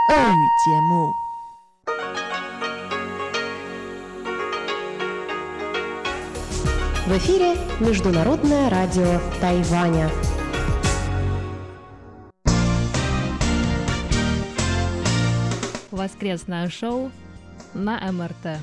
俄语节目。В эфире Международное радио Тайваня. Воскресное шоу на МРТ.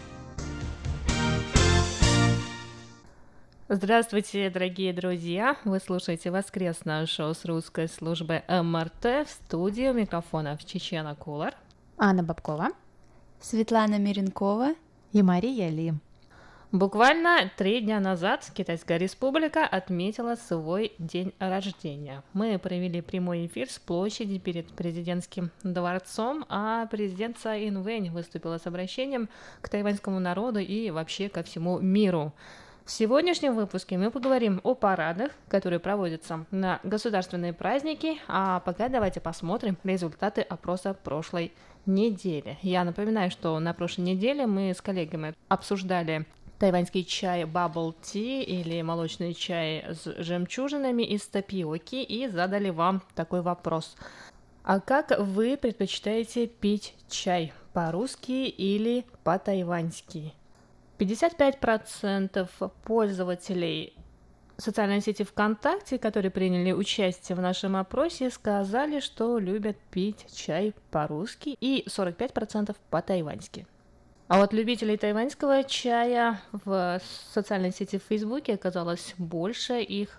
Здравствуйте, дорогие друзья! Вы слушаете воскресное шоу с русской службы МРТ. В студии у микрофонов Чечена Кулар, Анна Бабкова, Светлана Миренкова и Мария Ли. Буквально 3 дня назад Китайская Республика отметила свой день рождения. Мы провели прямой эфир с площади перед президентским дворцом, а президент Цай Инвэнь выступила с обращением к тайваньскому народу и вообще ко всему миру. В сегодняшнем выпуске мы поговорим о парадах, которые проводятся на государственные праздники, а пока давайте посмотрим результаты опроса прошлой недели. Я напоминаю, что на прошлой неделе мы с коллегами обсуждали тайваньский чай Bubble Tea или молочный чай с жемчужинами из тапиоки и задали вам такой вопрос. А как вы предпочитаете пить чай, по-русски или по-тайваньски? 55% пользователей социальной сети ВКонтакте, которые приняли участие в нашем опросе, сказали, что любят пить чай по-русски, и 45% по-тайваньски. А вот любителей тайваньского чая в социальной сети в Фейсбуке оказалось больше, их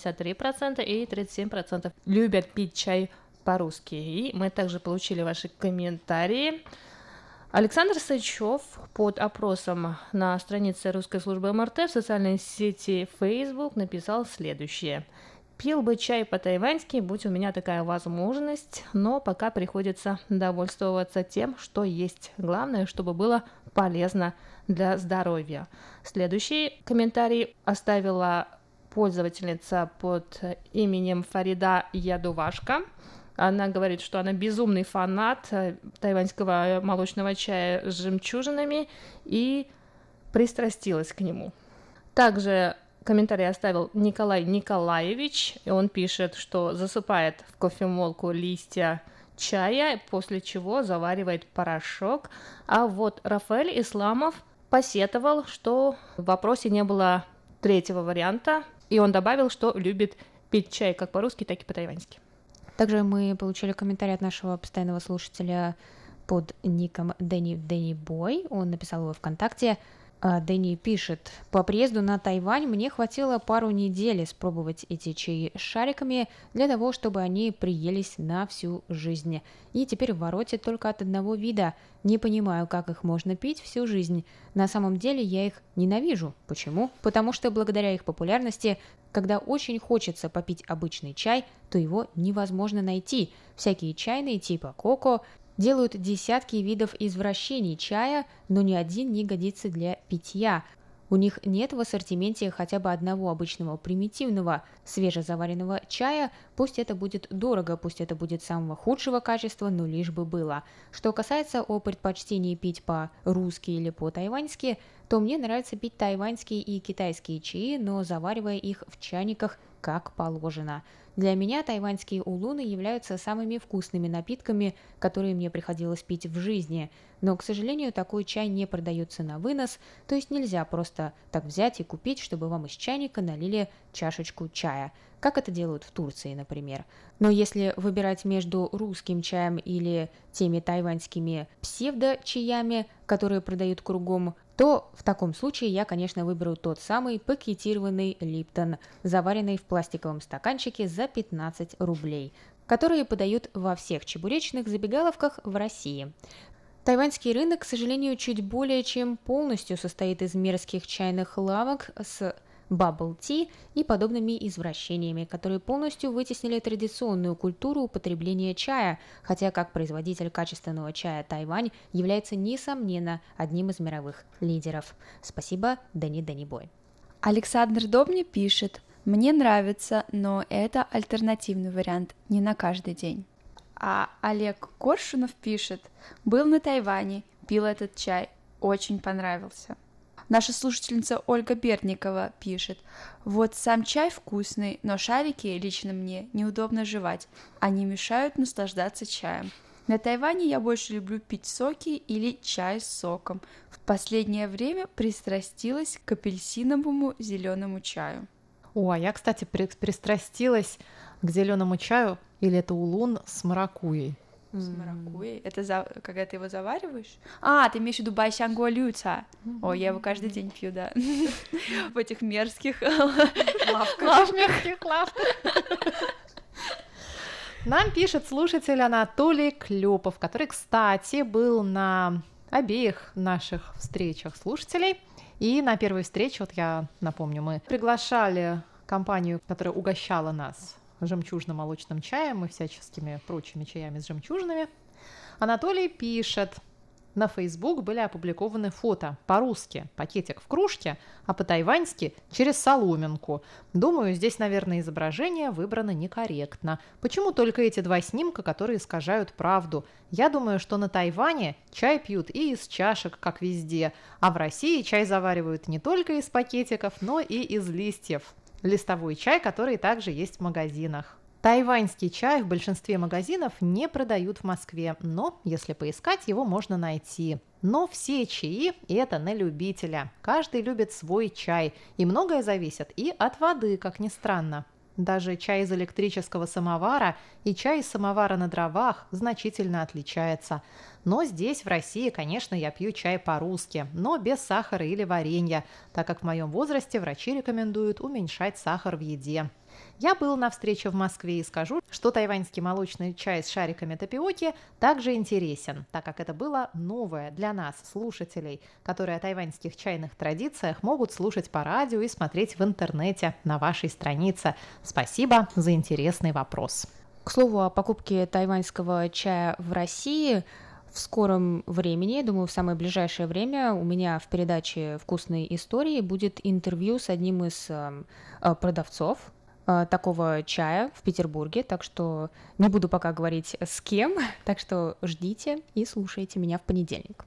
63%, и 37% любят пить чай по-русски. И мы также получили ваши комментарии. Александр Сычев под опросом на странице русской службы МРТ в социальной сети Facebook написал следующее. «Пил бы чай по-тайваньски, будь у меня такая возможность, но пока приходится довольствоваться тем, что есть. Главное, чтобы было полезно для здоровья». Следующий комментарий оставила пользовательница под именем Фарида Ядувашка. Она говорит, что она безумный фанат тайваньского молочного чая с жемчужинами и пристрастилась к нему. Также комментарий оставил Николай Николаевич, и он пишет, что засыпает в кофемолку листья чая, после чего заваривает порошок. А вот Рафаэль Исламов посетовал, что в вопросе не было третьего варианта, и он добавил, что любит пить чай как по-русски, так и по-тайваньски. Также мы получили комментарий от нашего постоянного слушателя под ником Дэнни Бой. Он написал его ВКонтакте. Дэнни пишет: «По приезду на Тайвань мне хватило пару недель испробовать эти чаи с шариками для того, чтобы они приелись на всю жизнь. И теперь в вороте только от одного вида. Не понимаю, как их можно пить всю жизнь. На самом деле я их ненавижу. Почему? Потому что благодаря их популярности, когда очень хочется попить обычный чай, то его невозможно найти. Всякие чайные типа коко делают десятки видов извращений чая, но ни один не годится для питья. У них нет в ассортименте хотя бы одного обычного примитивного свежезаваренного чая, пусть это будет дорого, пусть это будет самого худшего качества, но лишь бы было. Что касается о предпочтении пить по-русски или по-тайваньски, то мне нравится пить тайваньские и китайские чаи, но заваривая их в чайниках как положено. Для меня тайваньские улуны являются самыми вкусными напитками, которые мне приходилось пить в жизни. Но, к сожалению, такой чай не продается на вынос, то есть нельзя просто так взять и купить, чтобы вам из чайника налили чашечку чая, как это делают в Турции, например. Но если выбирать между русским чаем или теми тайваньскими псевдо-чаями, которые продают кругом, то в таком случае я, конечно, выберу тот самый пакетированный Липтон, заваренный в пластиковом стаканчике за 15 рублей, которые подают во всех чебуречных забегаловках в России. Тайваньский рынок, к сожалению, чуть более чем полностью состоит из мерзких чайных лавок с Bubble Tea и подобными извращениями, которые полностью вытеснили традиционную культуру употребления чая, хотя как производитель качественного чая Тайвань является, несомненно, одним из мировых лидеров. Спасибо, Дэнни Бой. Александр Добни пишет: «Мне нравится, но это альтернативный вариант, не на каждый день». А Олег Коршунов пишет: «Был на Тайване, пил этот чай, очень понравился». Наша слушательница Ольга Бердникова пишет: «Вот сам чай вкусный, но шарики лично мне неудобно жевать, они мешают наслаждаться чаем». На Тайване я больше люблю пить соки или чай с соком. В последнее время пристрастилась к апельсиновому зеленому чаю. А я, кстати, пристрастилась к зеленому чаю, или это улун с маракуйей. С маракуйей? Это когда ты его завариваешь? Ты имеешь в виду байсянгуо люца? Я его каждый день пью, да. В этих мерзких лавках. Нам пишет слушатель Анатолий Клёпов, который, кстати, был на обеих наших встречах слушателей. И на первой встрече, я напомню, мы приглашали компанию, которая угощала нас жемчужно-молочным чаем и всяческими прочими чаями с жемчужинами. Анатолий пишет: на Facebook были опубликованы фото по-русски пакетик в кружке, а по-тайваньски через соломинку. Думаю, здесь, наверное, изображение выбрано некорректно. Почему только эти два снимка, которые искажают правду? Я думаю, что на Тайване чай пьют и из чашек, как везде, а в России чай заваривают не только из пакетиков, но и из листьев. Листовой чай, который также есть в магазинах. Тайваньский чай в большинстве магазинов не продают в Москве, но если поискать, его можно найти. Но все чаи – это на любителя. Каждый любит свой чай, и многое зависит и от воды, как ни странно. Даже чай из электрического самовара и чай из самовара на дровах значительно отличается. Но здесь, в России, конечно, я пью чай по-русски, но без сахара или варенья, так как в моем возрасте врачи рекомендуют уменьшать сахар в еде. Я был на встрече в Москве и скажу, что тайваньский молочный чай с шариками тапиоки также интересен, так как это было новое для нас, слушателей, которые о тайваньских чайных традициях могут слушать по радио и смотреть в интернете на вашей странице. Спасибо за интересный вопрос. К слову о покупке тайваньского чая в России, в скором времени, думаю, в самое ближайшее время у меня в передаче «Вкусные истории» будет интервью с одним из продавцов такого чая в Петербурге, так что не буду пока говорить с кем, так что ждите и слушайте меня в понедельник.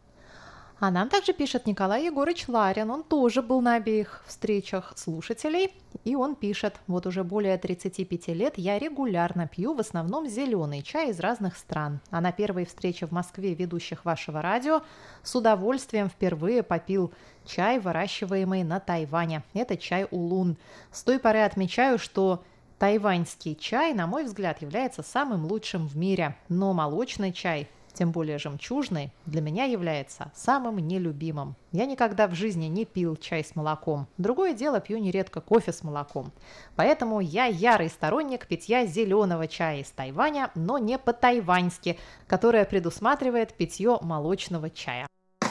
А нам также пишет Николай Егорыч Ларин, он тоже был на обеих встречах слушателей, и он пишет: вот уже более 35 лет я регулярно пью в основном зеленый чай из разных стран, а на первой встрече в Москве ведущих вашего радио с удовольствием впервые попил чай, выращиваемый на Тайване. Это чай улун. С той поры отмечаю, что тайваньский чай, на мой взгляд, является самым лучшим в мире, но молочный чай, тем более жемчужный, для меня является самым нелюбимым. Я никогда в жизни не пил чай с молоком. Другое дело, пью нередко кофе с молоком. Поэтому я ярый сторонник питья зеленого чая из Тайваня, но не по-тайваньски, которое предусматривает питье молочного чая.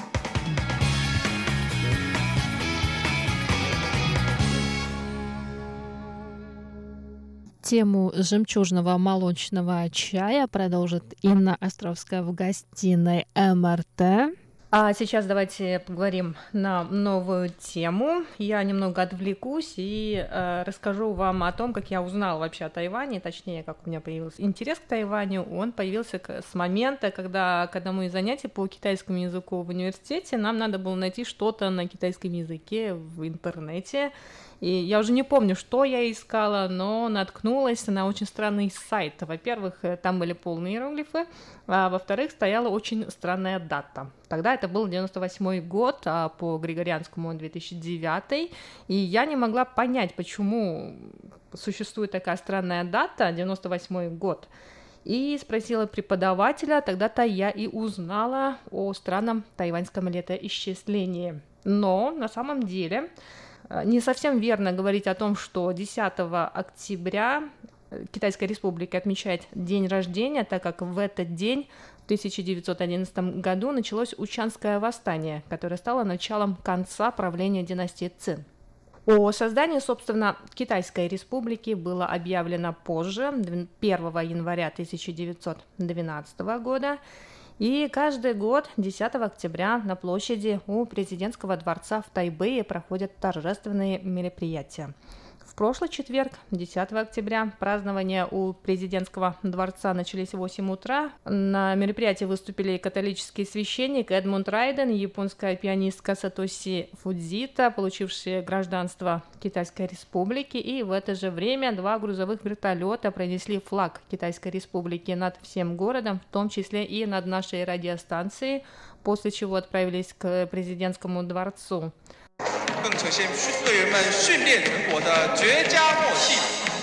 Тему жемчужного молочного чая продолжит Инна Островская в гостиной МРТ. А сейчас давайте поговорим на новую тему. Я немного отвлекусь и расскажу вам о том, как я узнала вообще о Тайване, точнее, как у меня появился интерес к Тайваню. Он появился с момента, когда к одному из занятий по китайскому языку в университете нам надо было найти что-то на китайском языке в интернете. И я уже не помню, что я искала, но наткнулась на очень странный сайт. Во-первых, там были полные иероглифы, а во-вторых, стояла очень странная дата. Тогда это был 98-й год, а по Григорианскому 2009. И я не могла понять, почему существует такая странная дата, 98-й год. И спросила преподавателя, тогда-то я и узнала о странном тайваньском летоисчислении. Но на самом деле не совсем верно говорить о том, что 10 октября Китайская Республика отмечает день рождения, так как в этот день, в 1911 году, началось Учанское восстание, которое стало началом конца правления династии Цин. О создании, собственно, Китайской Республики было объявлено позже, 1 января 1912 года, и каждый год 10 октября на площади у президентского дворца в Тайбэе проходят торжественные мероприятия. В прошлый четверг, 10 октября, празднования у президентского дворца начались в 8 утра. На мероприятии выступили католический священник Эдмунд Райден и японская пианистка Сатоси Фудзита, получившие гражданство Китайской Республики. И в это же время 2 грузовых вертолета пронесли флаг Китайской Республики над всем городом, в том числе и над нашей радиостанцией, после чего отправились к президентскому дворцу. 更呈现队员们训练成果的绝佳默契。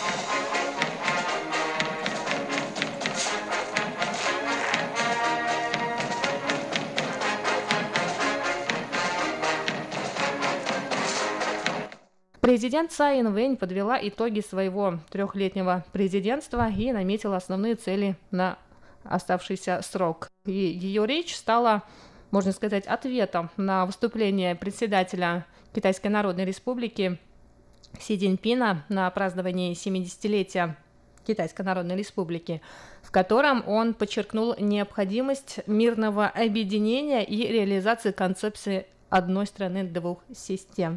Президент Цай Инвэнь подвела итоги своего 3-летнего президентства и наметила основные цели на оставшийся срок. И ее речь стала, можно сказать, ответом на выступление председателя Китайской Народной Республики Си Цзиньпина на праздновании 70-летия Китайской Народной Республики, в котором он подчеркнул необходимость мирного объединения и реализации концепции одной страны, 2 систем.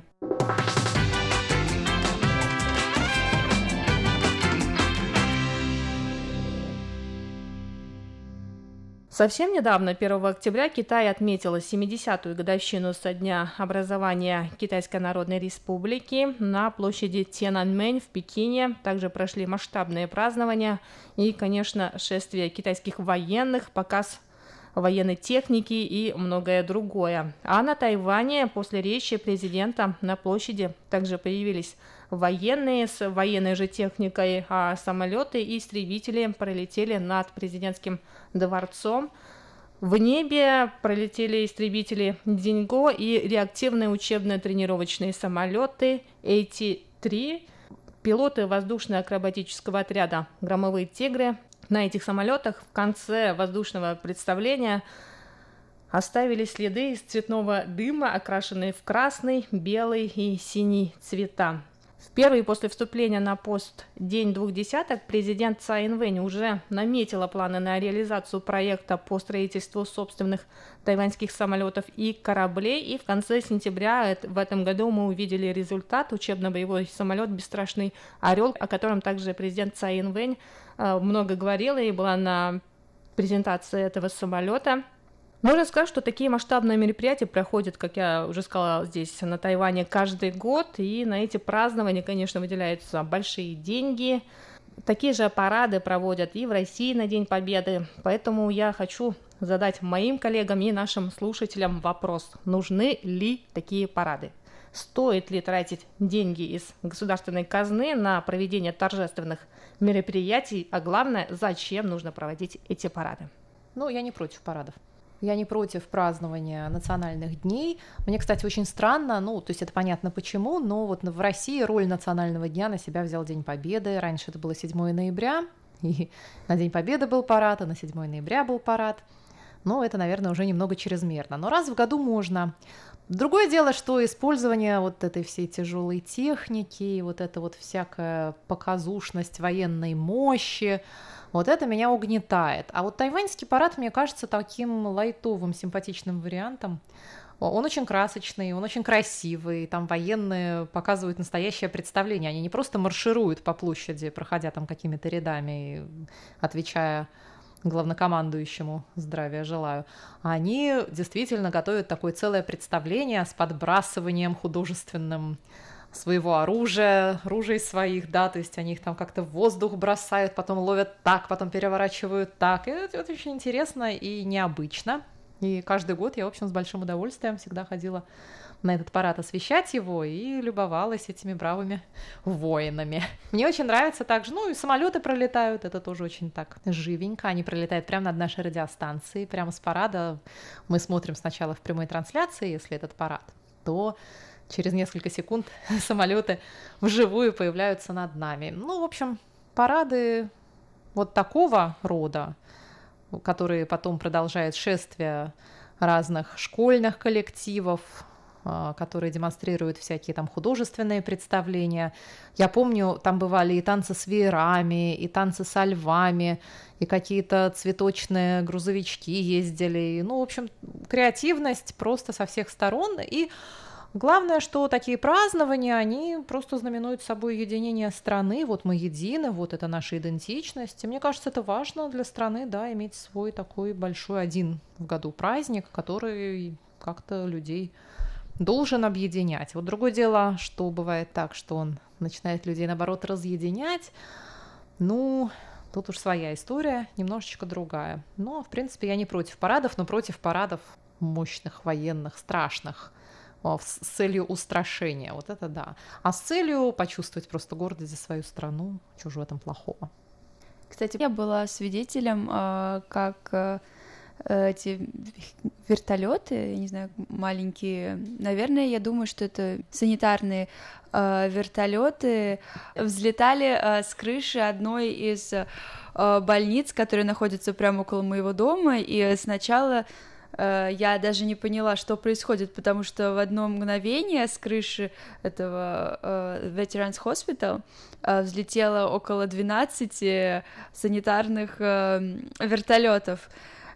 Совсем недавно, 1 октября, Китай отметил 70-ю годовщину со дня образования Китайской Народной Республики. На площади Тяньаньмэнь в Пекине также прошли масштабные празднования и, конечно, шествие китайских военных, показ военной техники и многое другое. А на Тайване после речи президента на площади также появились военные с военной же техникой, а самолеты и истребители пролетели над президентским дворцом. В небе пролетели истребители Динго и реактивные учебно-тренировочные самолеты AT-3, пилоты воздушно-акробатического отряда «Громовые тигры». На этих самолетах в конце воздушного представления оставили следы из цветного дыма, окрашенные в красный, белый и синий цвета. В первый после вступления на пост День 2 десяток президент Цай Инвэнь уже наметила планы на реализацию проекта по строительству собственных тайваньских самолетов и кораблей. И в конце сентября в этом году мы увидели результат: учебно-боевой самолет «Бесстрашный орел», о котором также президент Цай Инвэнь много говорила и была на презентации этого самолета. Можно сказать, что такие масштабные мероприятия проходят, как я уже сказала, здесь на Тайване каждый год, и на эти празднования, конечно, выделяются большие деньги. Такие же парады проводят и в России на День Победы, поэтому я хочу задать моим коллегам и нашим слушателям вопрос: нужны ли такие парады? Стоит ли тратить деньги из государственной казны на проведение торжественных мероприятий, а главное, зачем нужно проводить эти парады? Ну, я не против парадов. Я не против празднования национальных дней. Мне, кстати, очень странно, то есть это понятно почему, но вот в России роль национального дня на себя взял День Победы. Раньше это было 7 ноября, и на День Победы был парад, и на 7 ноября был парад. Это, наверное, уже немного чрезмерно. Но раз в году можно. Другое дело, что использование вот этой всей тяжелой техники, вот эта вот всякая показушность военной мощи, вот это меня угнетает. А вот тайваньский парад, мне кажется, таким лайтовым, симпатичным вариантом. Он очень красочный, он очень красивый. Там военные показывают настоящее представление. Они не просто маршируют по площади, проходя там какими-то рядами, отвечая главнокомандующему «здравия желаю». Они действительно готовят такое целое представление с подбрасыванием художественным своего оружия, ружей своих, да, то есть они их там как-то в воздух бросают, потом ловят так, потом переворачивают так. И это очень интересно и необычно. И каждый год я, в общем, с большим удовольствием всегда ходила на этот парад освещать его и любовалась этими бравыми воинами. Мне очень нравится также, и самолеты пролетают, это тоже очень так живенько, они пролетают прямо над нашей радиостанцией, прямо с парада. Мы смотрим сначала в прямой трансляции, если этот парад, то через несколько секунд самолеты вживую появляются над нами. В общем, парады вот такого рода, которые потом продолжают шествия разных школьных коллективов, которые демонстрируют всякие там художественные представления. Я помню, там бывали и танцы с веерами, и танцы со львами, и какие-то цветочные грузовички ездили. В общем, креативность просто со всех сторон. И Главное, что такие празднования, они просто знаменуют собой единение страны. Вот мы едины, вот это наша идентичность. И мне кажется, это важно для страны, да, иметь свой такой большой один в году праздник, который как-то людей должен объединять. Вот другое дело, что бывает так, что он начинает людей, наоборот, разъединять. Ну, тут уж своя история, немножечко другая. Но, в принципе, я не против парадов, но против парадов мощных, военных, страшных, с целью устрашения, вот это да. А с целью почувствовать просто гордость за свою страну, чего же в этом плохого. Кстати, я была свидетелем, как эти вертолеты, я не знаю, маленькие, наверное, я думаю, что это санитарные вертолеты, взлетали с крыши одной из больниц, которая находится прямо около моего дома, и сначала я даже не поняла, что происходит, потому что в одно мгновение с крыши этого Veterans Hospital взлетело около 12 санитарных вертолетов.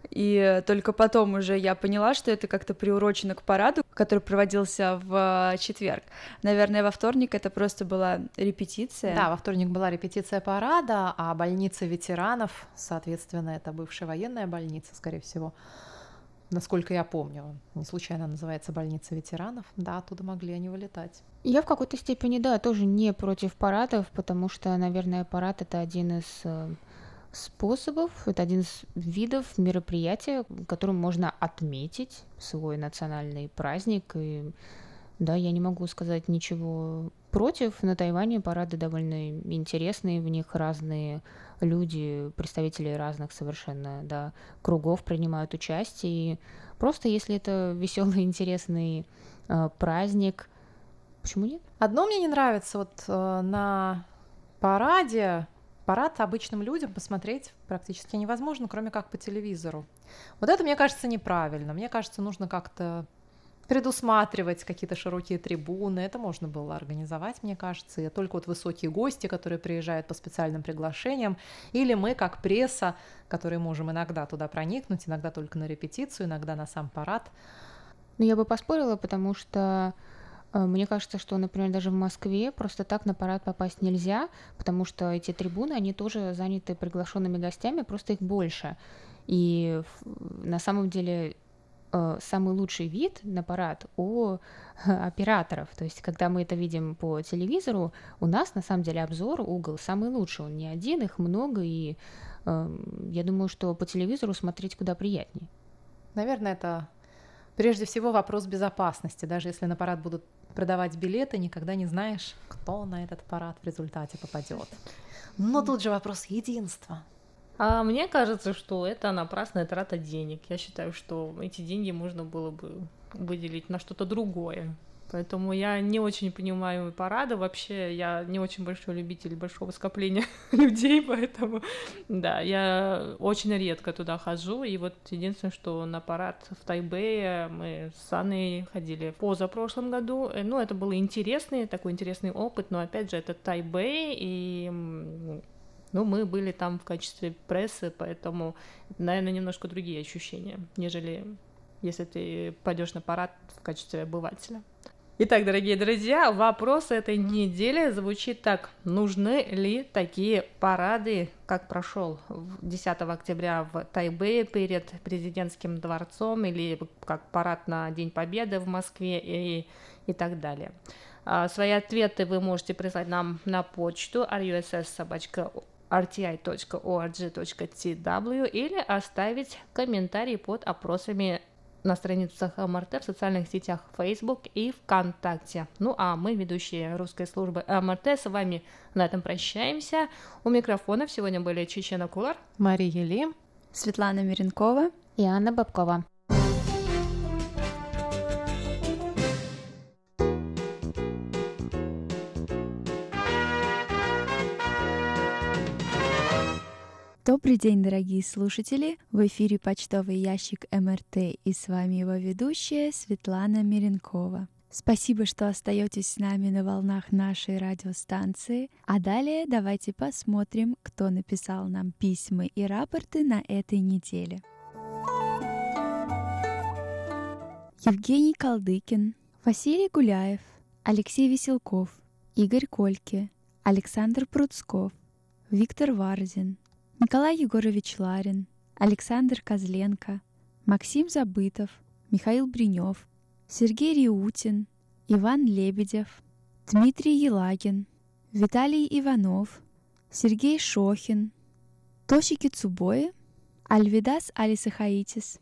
И только потом уже я поняла, что это как-то приурочено к параду, который проводился в четверг. Наверное, во вторник это просто была репетиция. Да, во вторник была репетиция парада, а больница ветеранов, соответственно, это бывшая военная больница, скорее всего, насколько я помню, не случайно называется больница ветеранов, да, оттуда могли они вылетать. Я в какой-то степени, да, тоже не против парадов, потому что, наверное, парад — это один из способов, это один из видов мероприятия, которым можно отметить свой национальный праздник. И да, я не могу сказать ничего против. На Тайване парады довольно интересные, в них разные люди, представители разных совершенно, да, кругов принимают участие. И просто если это веселый, интересный праздник, почему нет? Одно мне не нравится, вот на параде. Парад обычным людям посмотреть практически невозможно, кроме как по телевизору. Вот это, мне кажется, неправильно. Мне кажется, нужно как-то предусматривать какие-то широкие трибуны. Это можно было организовать, мне кажется. И только вот высокие гости, которые приезжают по специальным приглашениям, или мы, как пресса, которые можем иногда туда проникнуть, иногда только на репетицию, иногда на сам парад. Ну, я бы поспорила, потому что мне кажется, что, например, даже в Москве просто так на парад попасть нельзя, потому что эти трибуны, они тоже заняты приглашенными гостями, просто их больше. И на самом деле самый лучший вид на парад у операторов. То есть, когда мы это видим по телевизору, у нас на самом деле обзор, угол самый лучший. Он не один, их много, и я думаю, что по телевизору смотреть куда приятнее. Наверное, это прежде всего вопрос безопасности. Даже если на парад будут продавать билеты, никогда не знаешь, кто на этот парад в результате попадет. Но тут же вопрос единства. А мне кажется, что это напрасная трата денег. Я считаю, что эти деньги можно было бы выделить на что-то другое. Поэтому я не очень понимаю парады. Вообще, я не очень большой любитель большого скопления людей, поэтому, да, я очень редко туда хожу. И вот единственное, что на парад в Тайбэе мы с Анной ходили позапрошлом году. Ну, это был такой интересный опыт, но, опять же, это Тайбэй, и ну, мы были там в качестве прессы, поэтому, наверное, немножко другие ощущения, нежели если ты пойдешь на парад в качестве обывателя. Итак, дорогие друзья, вопрос этой недели звучит так. Нужны ли такие парады, как прошел 10 октября в Тайбэе перед президентским дворцом, или как парад на День Победы в Москве и так далее? Свои ответы вы можете прислать нам на почту russ@rti.org.tw или оставить комментарий под опросами на страницах МРТ в социальных сетях Facebook и ВКонтакте. Ну а мы, ведущие русской службы МРТ, с вами на этом прощаемся. У микрофонов сегодня были Чечена Кулар, Мария Ли, Светлана Миренкова и Анна Бабкова. Добрый день, дорогие слушатели! В эфире почтовый ящик МРТ, и с вами его ведущая Светлана Миренкова. Спасибо, что остаетесь с нами на волнах нашей радиостанции. А далее давайте посмотрим, кто написал нам письма и рапорты на этой неделе. Евгений Калдыкин, Василий Гуляев, Алексей Веселков, Игорь Кольке, Александр Пруцков, Виктор Варзин, Николай Егорович Ларин, Александр Козленко, Максим Забытов, Михаил Бринев, Сергей Риутин, Иван Лебедев, Дмитрий Елагин, Виталий Иванов, Сергей Шохин, Тоши Кицубои, Альвидас Алисахаитис.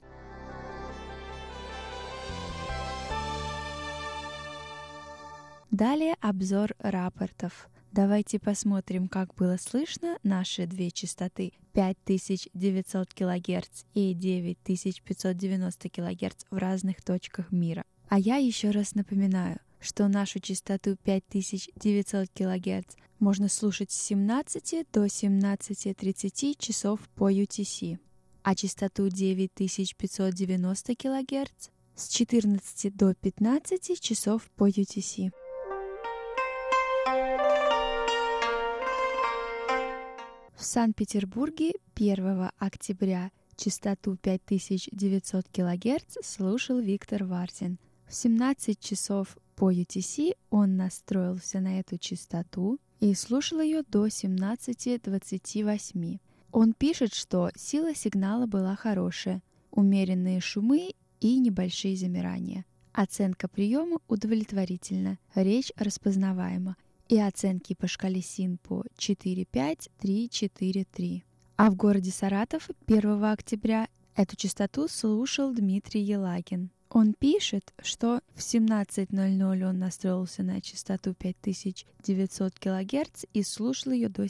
Далее обзор рапортов. Давайте посмотрим, как было слышно наши две частоты 5900 кГц и 9590 кГц в разных точках мира. А я еще раз напоминаю, что нашу частоту 5900 кГц можно слушать с 17 до 17:30 часов по UTC, а частоту 9590 кГц с 14 до 15 часов по UTC. В Санкт-Петербурге 1 октября частоту 5900 кГц слушал Виктор Варзин. В 17 часов по UTC он настроился на эту частоту и слушал ее до 17:28. Он пишет, что сила сигнала была хорошая, умеренные шумы и небольшие замирания. Оценка приема удовлетворительна, речь распознаваема. И оценки по шкале СИНПО 4,5, 3, 4, 3. А в городе Саратов 1 октября эту частоту слушал Дмитрий Елагин. Он пишет, что в 17:00 он настроился на частоту 5900 кГц и слушал ее до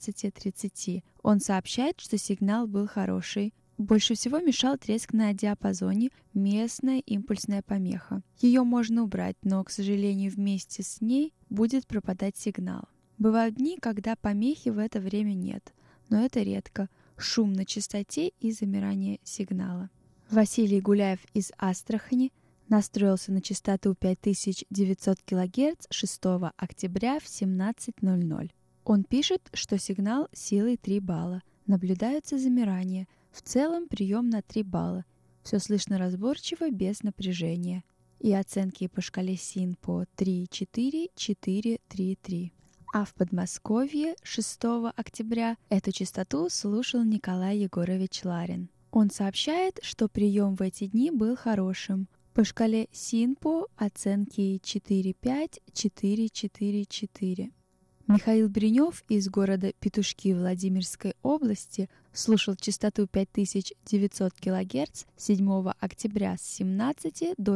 17:30. Он сообщает, что сигнал был хороший. Больше всего мешал треск на диапазоне, местная импульсная помеха. Ее можно убрать, но, к сожалению, вместе с ней будет пропадать сигнал. Бывают дни, когда помехи в это время нет, но это редко. Шум на частоте и замирание сигнала. Василий Гуляев из Астрахани настроился на частоту 5900 кГц 6 октября в 17:00. Он пишет, что сигнал силой 3 балла. Наблюдаются замирания. В целом прием на 3 балла. Все слышно разборчиво, без напряжения. И оценки по шкале СИНПО 3, 4, 4, 3, 3. А в Подмосковье 6 октября эту частоту слушал Николай Егорович Ларин. Он сообщает, что прием в эти дни был хорошим. По шкале СИНПО оценки 4, 5, 4, 4, 4. Михаил Бринев из города Петушки Владимирской области слушал частоту 5900 кГц 7 октября с 17 до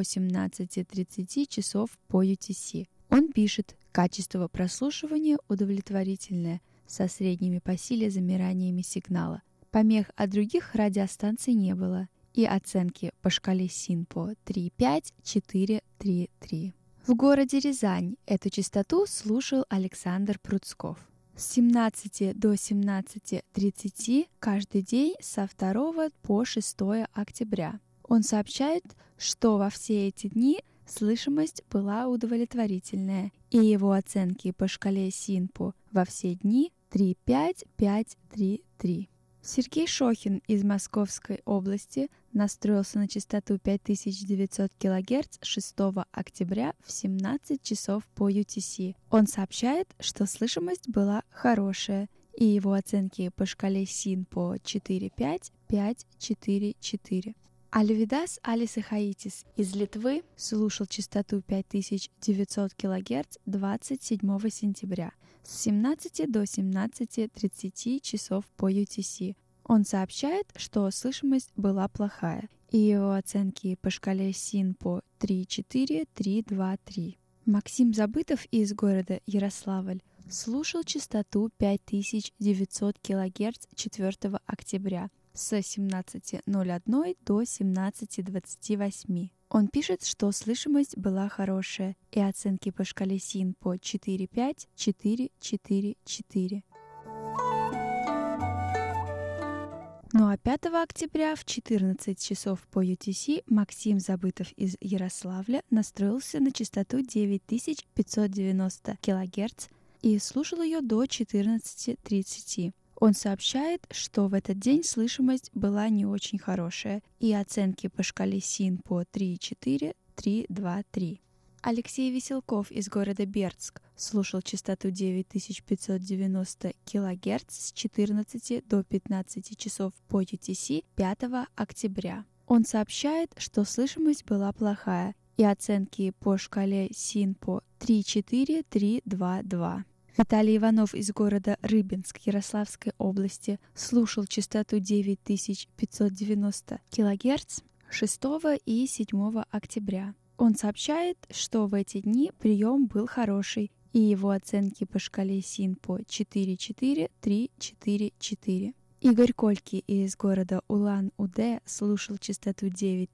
17:30 часов по UTC. Он пишет, качество прослушивания удовлетворительное, со средними по силе замираниями сигнала. Помех от других радиостанций не было. И оценки по шкале СИНПО 3,5, 4, 3, 3. В городе Рязань эту частоту слушал Александр Пруцков. С 17 до 17:30 каждый день со 2 по 6 октября. Он сообщает, что во все эти дни слышимость была удовлетворительная, и его оценки по шкале СИНПО во все дни 3,5, 5, 3, 3. Сергей Шохин из Московской области настроился на частоту 5900 кГц 6 октября в 17 часов по UTC. Он сообщает, что слышимость была хорошая, и его оценки по шкале СИНПО 4,5, 5, 4, 4. Альвидас Алисахаитис из Литвы слушал частоту 5900 кГц 27 сентября с 17 до 17:30 часов по UTC. Он сообщает, что слышимость была плохая, и его оценки по шкале СИНПО 3,4, 3,2, 3. Максим Забытов из города Ярославль слушал частоту 5900 кГц 4 октября с 17:01 до 17:28. Он пишет, что слышимость была хорошая, и оценки по шкале СИНПО 4,5, 4, 4, 4. Ну а 5 октября в 14 часов по UTC Максим Забытов из Ярославля настроился на частоту 9590 кГц и слушал ее до 14:30. Он сообщает, что в этот день слышимость была не очень хорошая, и оценки по шкале СИНПО 3,4, 3, 2, 3. Алексей Веселков из города Бердск слушал частоту 9590 кГц с 14 до 15 часов по UTC 5 октября. Он сообщает, что слышимость была плохая, и оценки по шкале СИНПО 3-4-3-2-2. Виталий Иванов из города Рыбинск Ярославской области слушал частоту 9590 кГц 6 и 7 октября. Он сообщает, что в эти дни прием был хороший, и его оценки по шкале СИНПО 4-4-3-4-4. Игорь Кольки из города Улан-Удэ слушал частоту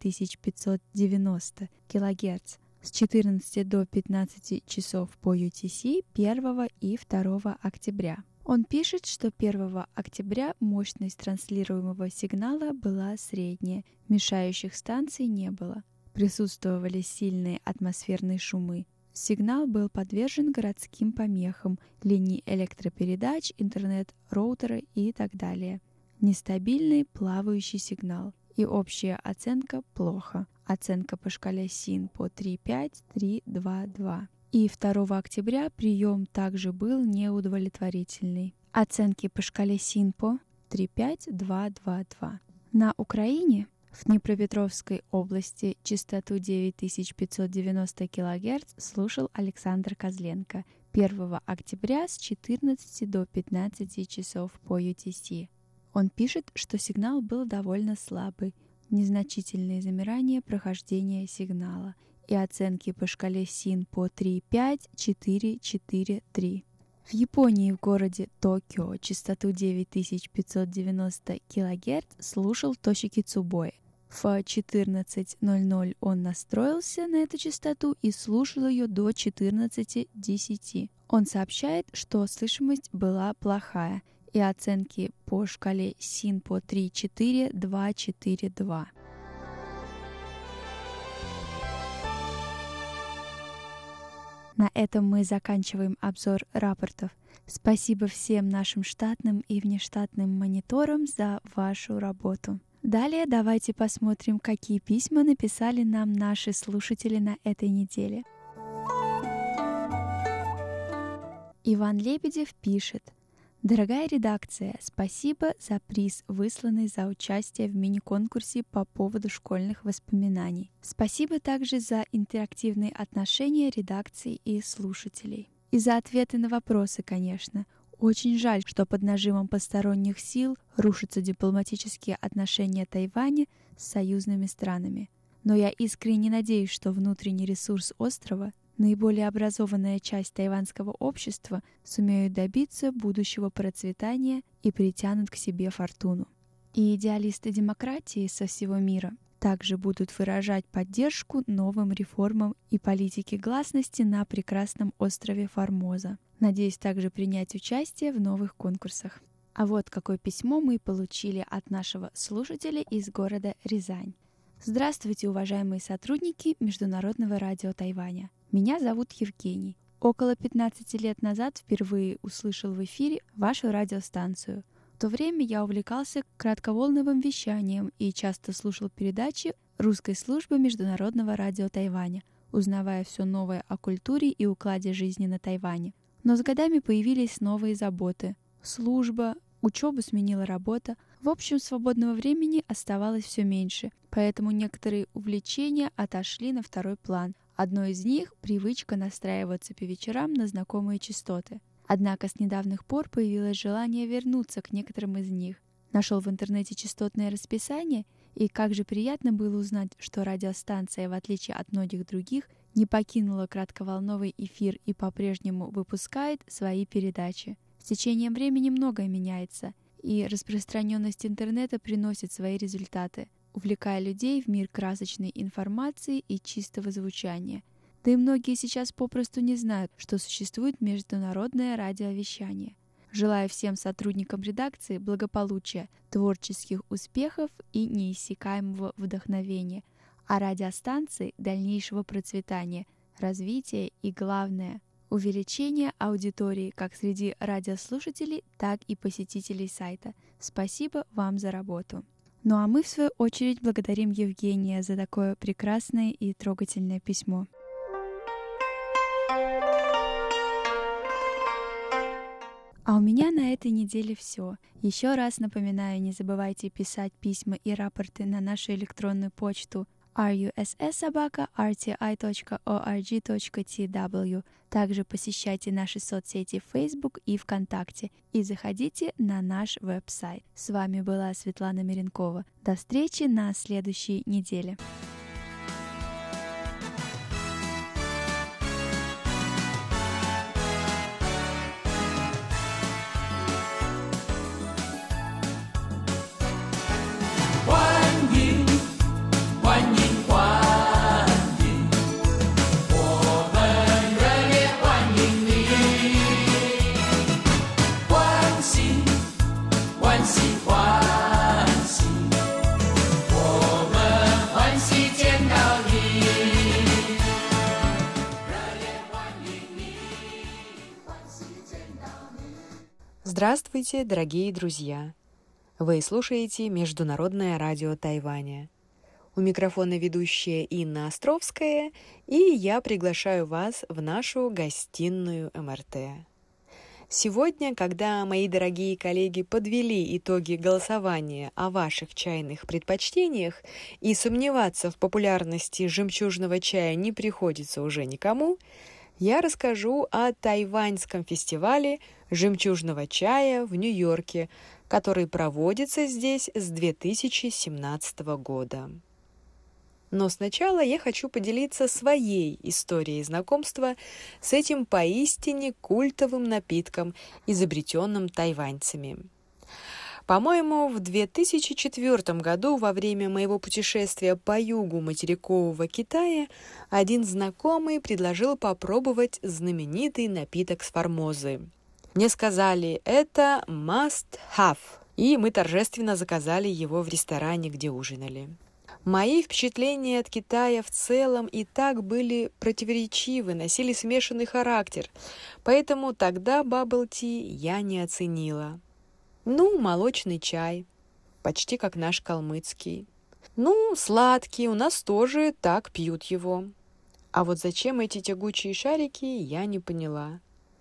9590 кГц с 14 до 15 часов по UTC 1 и 2 октября. Он пишет, что 1 октября мощность транслируемого сигнала была средняя, мешающих станций не было. Присутствовали сильные атмосферные шумы. Сигнал был подвержен городским помехам, линии электропередач, интернет-роутера и так далее. Нестабильный плавающий сигнал. И общая оценка плохо. Оценка по шкале СИНПО 3-5-3-2-2. И 2 октября прием также был неудовлетворительный. Оценки по шкале СИНПО 3-5-2-2-2. На Украине в Днепропетровской области частоту 9590 кГц слушал Александр Козленко 1 октября с 14 до 15 часов по UTC. Он пишет, что сигнал был довольно слабый, незначительные замирания прохождения сигнала и оценки по шкале СИНПО 3-5-4-4-3. В Японии в городе Токио частоту 9590 кГц слушал Тошики Цубой. В 14:00 он настроился на эту частоту и слушал ее до 14:10. Он сообщает, что слышимость была плохая, и оценки по шкале СИНПО 3-4-2-4-2. На этом мы заканчиваем обзор рапортов. Спасибо всем нашим штатным и внештатным мониторам за вашу работу. Далее давайте посмотрим, какие письма написали нам наши слушатели на этой неделе. Иван Лебедев пишет: «Дорогая редакция, спасибо за приз, высланный за участие в мини-конкурсе по поводу школьных воспоминаний. Спасибо также за интерактивные отношения редакции и слушателей. И за ответы на вопросы, конечно. Очень жаль, что под нажимом посторонних сил рушатся дипломатические отношения Тайваня с союзными странами. Но я искренне надеюсь, что внутренний ресурс острова, наиболее образованная часть тайванского общества, сумеют добиться будущего процветания и притянут к себе фортуну. И идеалисты демократии со всего мира также будут выражать поддержку новым реформам и политике гласности на прекрасном острове Формоза. Надеюсь также принять участие в новых конкурсах». А вот какое письмо мы получили от нашего слушателя из города Рязань. «Здравствуйте, уважаемые сотрудники Международного радио Тайваня. Меня зовут Евгений. Около 15 лет назад впервые услышал в эфире вашу радиостанцию. В то время я увлекался кратковолновым вещанием и часто слушал передачи русской службы Международного радио Тайваня, узнавая все новое о культуре и укладе жизни на Тайване. Но с годами появились новые заботы. Служба, учебу сменила работа. В общем, свободного времени оставалось все меньше, поэтому некоторые увлечения отошли на второй план. Одно из них – привычка настраиваться по вечерам на знакомые частоты. Однако с недавних пор появилось желание вернуться к некоторым из них. Нашел в интернете частотное расписание, и как же приятно было узнать, что радиостанция, в отличие от многих других, не покинула кратковолновый эфир и по-прежнему выпускает свои передачи. С течением времени многое меняется, и распространенность интернета приносит свои результаты, увлекая людей в мир красочной информации и чистого звучания. Да и многие сейчас попросту не знают, что существует международное радиовещание. Желаю всем сотрудникам редакции благополучия, творческих успехов и неиссякаемого вдохновения, а радиостанции дальнейшего процветания, развития и, главное, увеличения аудитории как среди радиослушателей, так и посетителей сайта. Спасибо вам за работу». Ну а мы, в свою очередь, благодарим Евгения за такое прекрасное и трогательное письмо. А у меня на этой неделе все. Еще раз напоминаю, не забывайте писать письма и рапорты на нашу электронную почту russ@rti.org.tw. Также посещайте наши соцсети Facebook и ВКонтакте и заходите на наш веб-сайт. С вами была Светлана Миренкова. До встречи на следующей неделе. Здравствуйте, дорогие друзья! Вы слушаете Международное радио Тайваня. У микрофона ведущая Инна Островская, и я приглашаю вас в нашу гостиную МРТ. Сегодня, когда мои дорогие коллеги подвели итоги голосования о ваших чайных предпочтениях, и сомневаться в популярности жемчужного чая не приходится уже никому, я расскажу о тайваньском фестивале жемчужного чая в Нью-Йорке, который проводится здесь с 2017 года. Но сначала я хочу поделиться своей историей знакомства с этим поистине культовым напитком, изобретенным тайваньцами. По-моему, в 2004 году, во время моего путешествия по югу материкового Китая, один знакомый предложил попробовать знаменитый напиток с Формозы. Мне сказали, это must have, и мы торжественно заказали его в ресторане, где ужинали. Мои впечатления от Китая в целом и так были противоречивы, носили смешанный характер, поэтому тогда bubble tea я не оценила. Молочный чай, почти как наш калмыцкий. Сладкий, у нас тоже так пьют его. А вот зачем эти тягучие шарики, я не поняла.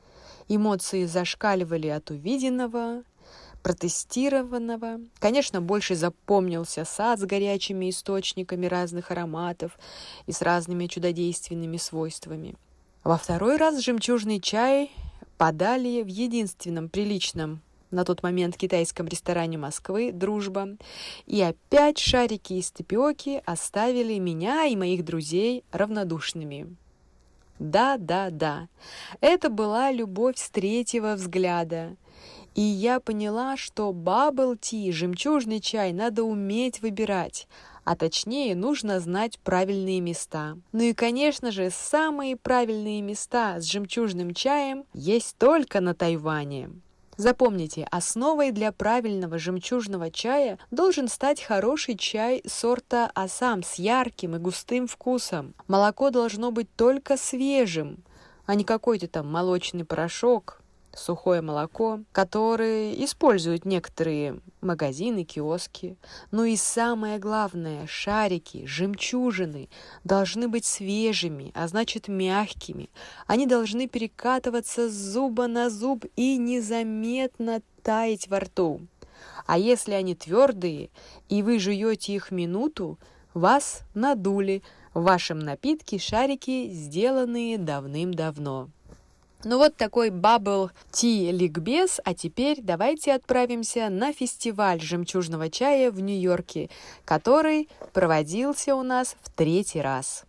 Эмоции зашкаливали от увиденного, протестированного. Конечно, больше запомнился сад с горячими источниками разных ароматов и с разными чудодейственными свойствами. Во второй раз жемчужный чай подали в единственном приличном на тот момент китайском ресторане Москвы «Дружба», и опять шарики из тапиоки оставили меня и моих друзей равнодушными. Да, это была любовь с третьего взгляда. И я поняла, что bubble tea, жемчужный чай, надо уметь выбирать, а точнее нужно знать правильные места. И, конечно же, самые правильные места с жемчужным чаем есть только на Тайване. Запомните, основой для правильного жемчужного чая должен стать хороший чай сорта Ассам с ярким и густым вкусом. Молоко должно быть только свежим, а не какой-то там молочный порошок, сухое молоко, которые используют некоторые магазины, киоски. И самое главное, шарики, жемчужины должны быть свежими, а значит мягкими. Они должны перекатываться с зуба на зуб и незаметно таять во рту. А если они твердые, и вы жуете их минуту, вас надули. В вашем напитке шарики, сделанные давным-давно. Вот такой bubble tea ликбез, а теперь давайте отправимся на фестиваль жемчужного чая в Нью-Йорке, который проводился у нас в 3-й раз.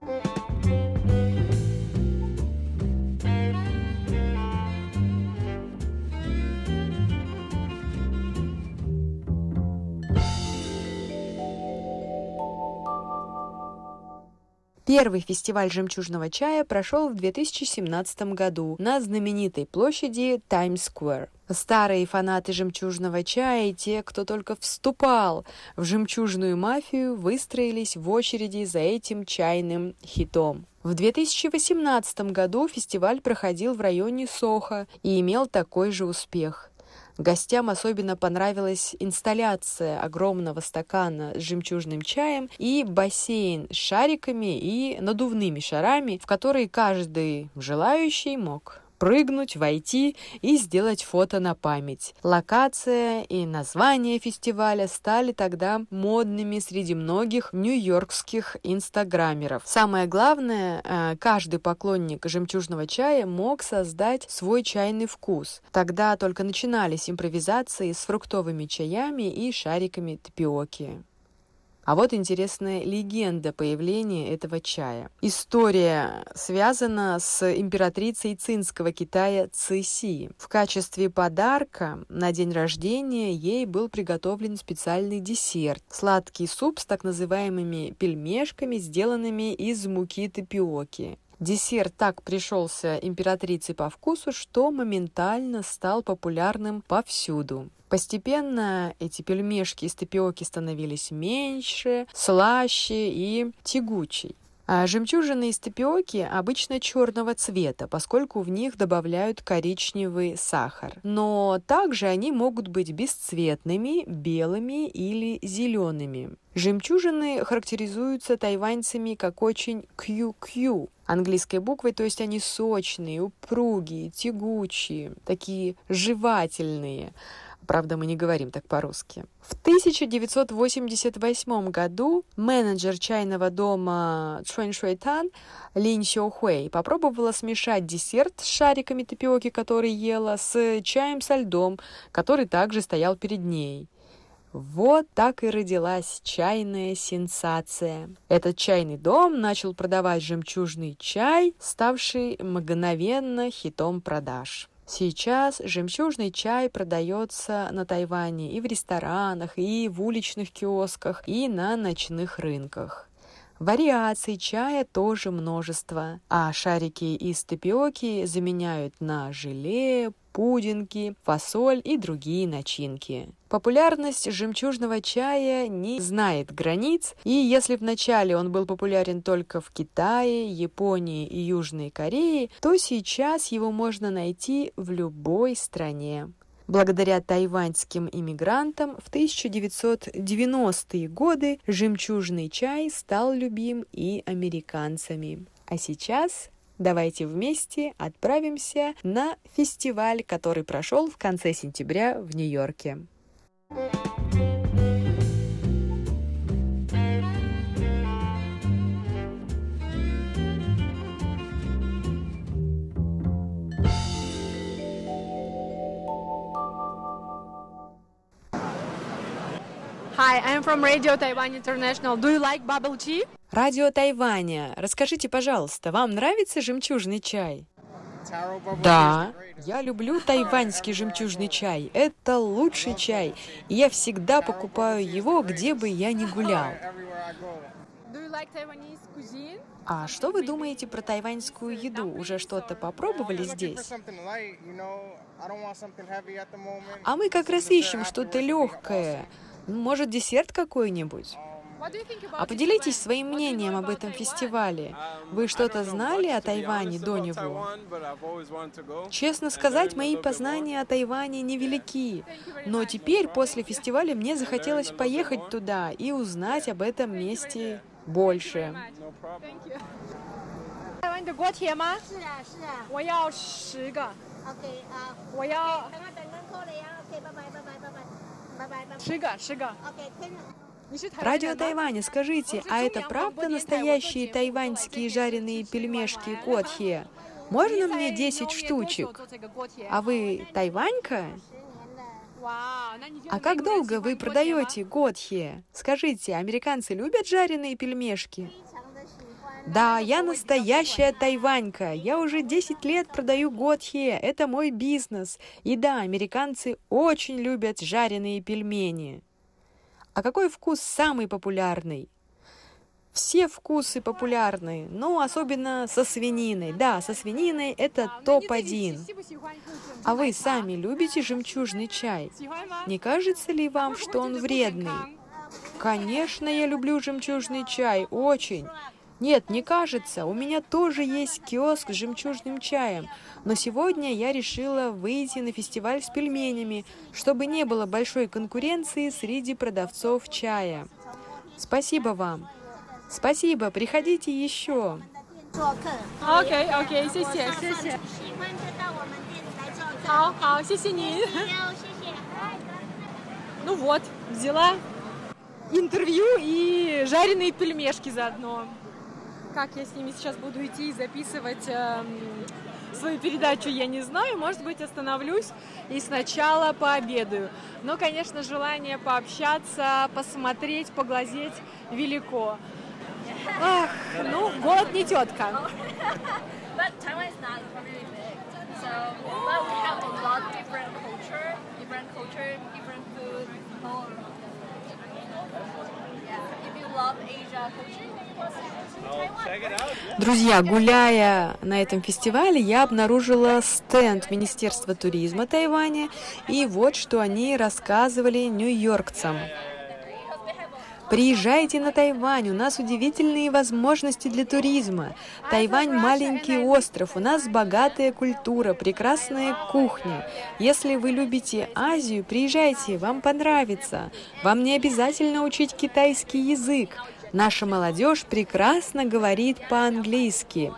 Первый фестиваль жемчужного чая прошел в 2017 году на знаменитой площади Таймс-сквер. Старые фанаты жемчужного чая и те, кто только вступал в жемчужную мафию, выстроились в очереди за этим чайным хитом. В 2018 году фестиваль проходил в районе Сохо и имел такой же успех. Гостям особенно понравилась инсталляция огромного стакана с жемчужным чаем и бассейн с шариками и надувными шарами, в который каждый желающий мог прыгнуть, войти и сделать фото на память. Локация и название фестиваля стали тогда модными среди многих нью-йоркских инстаграмеров. Самое главное, каждый поклонник жемчужного чая мог создать свой чайный вкус. Тогда только начинались импровизации с фруктовыми чаями и шариками тапиоки. А вот интересная легенда появления этого чая. История связана с императрицей цинского Китая Цыси. В качестве подарка на день рождения ей был приготовлен специальный десерт – сладкий суп с так называемыми пельмешками, сделанными из муки тапиоки. Десерт так пришелся императрице по вкусу, что моментально стал популярным повсюду. Постепенно эти пельмешки из тапиоки становились меньше, слаще и тягучей. А жемчужины из тапиоки обычно черного цвета, поскольку в них добавляют коричневый сахар. Но также они могут быть бесцветными, белыми или зелеными. Жемчужины характеризуются тайваньцами как очень QQ английской буквой, то есть они сочные, упругие, тягучие, такие жевательные. Правда, мы не говорим так по-русски. В 1988 году менеджер чайного дома Чуэн Шуэйтан Линь Сяохуэй попробовала смешать десерт с шариками тапиоки, который ела, с чаем со льдом, который также стоял перед ней. Вот так и родилась чайная сенсация. Этот чайный дом начал продавать жемчужный чай, ставший мгновенно хитом продаж. Сейчас жемчужный чай продается на Тайване и в ресторанах, и в уличных киосках, и на ночных рынках. Вариаций чая тоже множество, а шарики из тапиоки заменяют на желе, пудинги, фасоль и другие начинки. Популярность жемчужного чая не знает границ, и если вначале он был популярен только в Китае, Японии и Южной Корее, то сейчас его можно найти в любой стране. Благодаря тайваньским иммигрантам в 1990-е годы жемчужный чай стал любим и американцами. А сейчас давайте вместе отправимся на фестиваль, который прошел в конце сентября в Нью-Йорке. Hi, I'm from Radio Taiwan International. Do you like bubble tea? Радио Тайваня. Расскажите, пожалуйста, вам нравится жемчужный чай? Да, я люблю тайваньский жемчужный чай. Это лучший чай, и я всегда покупаю его, где бы я ни гулял. Do you like Taiwanese cuisine? А что вы думаете про тайваньскую еду? Уже что-то попробовали здесь? А мы как раз ищем что-то легкое. Может, десерт какой-нибудь? А поделитесь своим мнением об этом фестивале. Вы что-то знали о Тайване до него? Честно сказать, мои познания о Тайване невелики. Но теперь, после фестиваля, мне захотелось поехать туда и узнать об этом месте больше. 台湾的锅贴吗？是啊，是啊。我要10个。OK 啊。我要。等等扣了呀。OK， 拜拜拜拜拜拜拜拜拜。10个10个。OK， 可以。 Радио Тайваня, скажите, а это правда настоящие тайваньские жареные пельмешки готхе? Можно мне 10 штучек? А вы тайванька? А как долго вы продаете готхе? Скажите, американцы любят жареные пельмешки? Да, я настоящая тайванька. Я уже 10 лет продаю готхе. Это мой бизнес. И да, американцы очень любят жареные пельмени. А какой вкус самый популярный? Все вкусы популярны, но особенно со свининой. Да, со свининой это топ-1. А вы сами любите жемчужный чай? Не кажется ли вам, что он вредный? Конечно, я люблю жемчужный чай, очень. Нет, не кажется. У меня тоже есть киоск с жемчужным чаем. Но сегодня я решила выйти на фестиваль с пельменями, чтобы не было большой конкуренции среди продавцов чая. Спасибо вам. Спасибо, приходите еще. OK， 谢谢。 好，谢谢您。Ну вот, взяла интервью и жареные пельмешки заодно. Как я с ними сейчас буду идти и записывать свою передачу, я не знаю. Может быть, остановлюсь и сначала пообедаю. Но, конечно, желание пообщаться, посмотреть, поглазеть велико. Ах, ну, голод не тетка. Друзья, гуляя на этом фестивале, я обнаружила стенд Министерства туризма Тайваня, и вот что они рассказывали нью-йоркцам. Приезжайте на Тайвань, у нас удивительные возможности для туризма. Тайвань – маленький остров, у нас богатая культура, прекрасная кухня. Если вы любите Азию, приезжайте, вам понравится. Вам не обязательно учить китайский язык. Наша молодежь прекрасно говорит по-английски.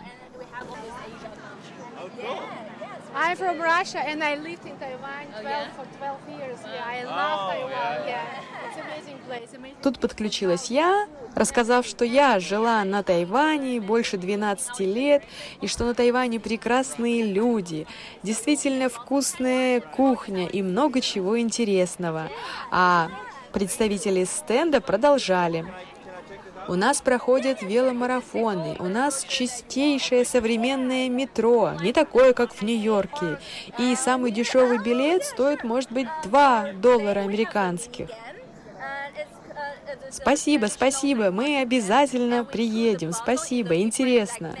I'm from Russia and I lived in Taiwan for 12 years. Yeah, I love Taiwan. Yeah, it's an amazing place. Тут подключилась я, рассказав, что я жила на Тайване больше 12 лет, и что на Тайване прекрасные люди, действительно вкусная кухня и много чего интересного. А представители стенда продолжали. У нас проходят веломарафоны, у нас чистейшее современное метро, не такое, как в Нью-Йорке. И самый дешевый билет стоит, может быть, $2 американских. Спасибо, спасибо, мы обязательно приедем, спасибо, интересно.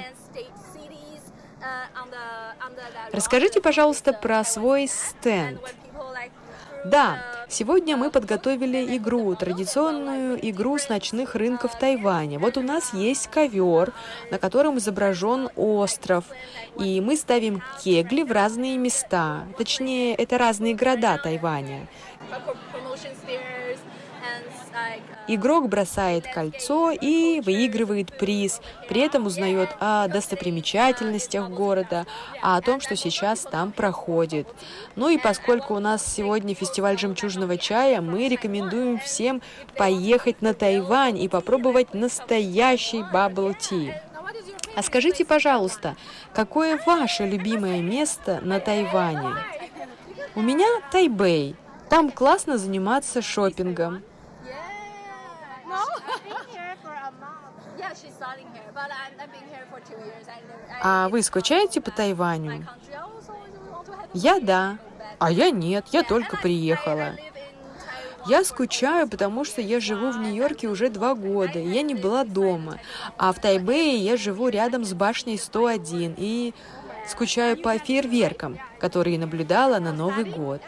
Расскажите, пожалуйста, про свой стенд. Да, сегодня мы подготовили игру, традиционную игру с ночных рынков Тайваня. Вот у нас есть ковер, на котором изображен остров, и мы ставим кегли в разные места. Точнее, это разные города Тайваня. Игрок бросает кольцо и выигрывает приз, при этом узнает о достопримечательностях города, о том, что сейчас там проходит. Ну и поскольку у нас сегодня фестиваль жемчужного чая, мы рекомендуем всем поехать на Тайвань и попробовать настоящий bubble tea. А скажите, пожалуйста, какое ваше любимое место на Тайване? У меня Тайбэй. Там классно заниматься шопингом. А вы скучаете по Тайваню? Я да, а я нет, я только приехала. Я скучаю, потому что я живу в Нью-Йорке уже 2 года, и я не была дома. А в Тайбэе я живу рядом с башней 101 и скучаю по фейерверкам, которые наблюдала на Новый год.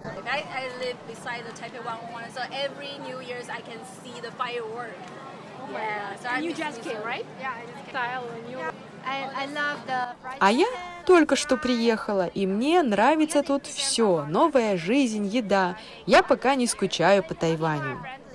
А я только что приехала, и мне нравится тут все. Новая жизнь, еда. Я пока не скучаю по Тайваню.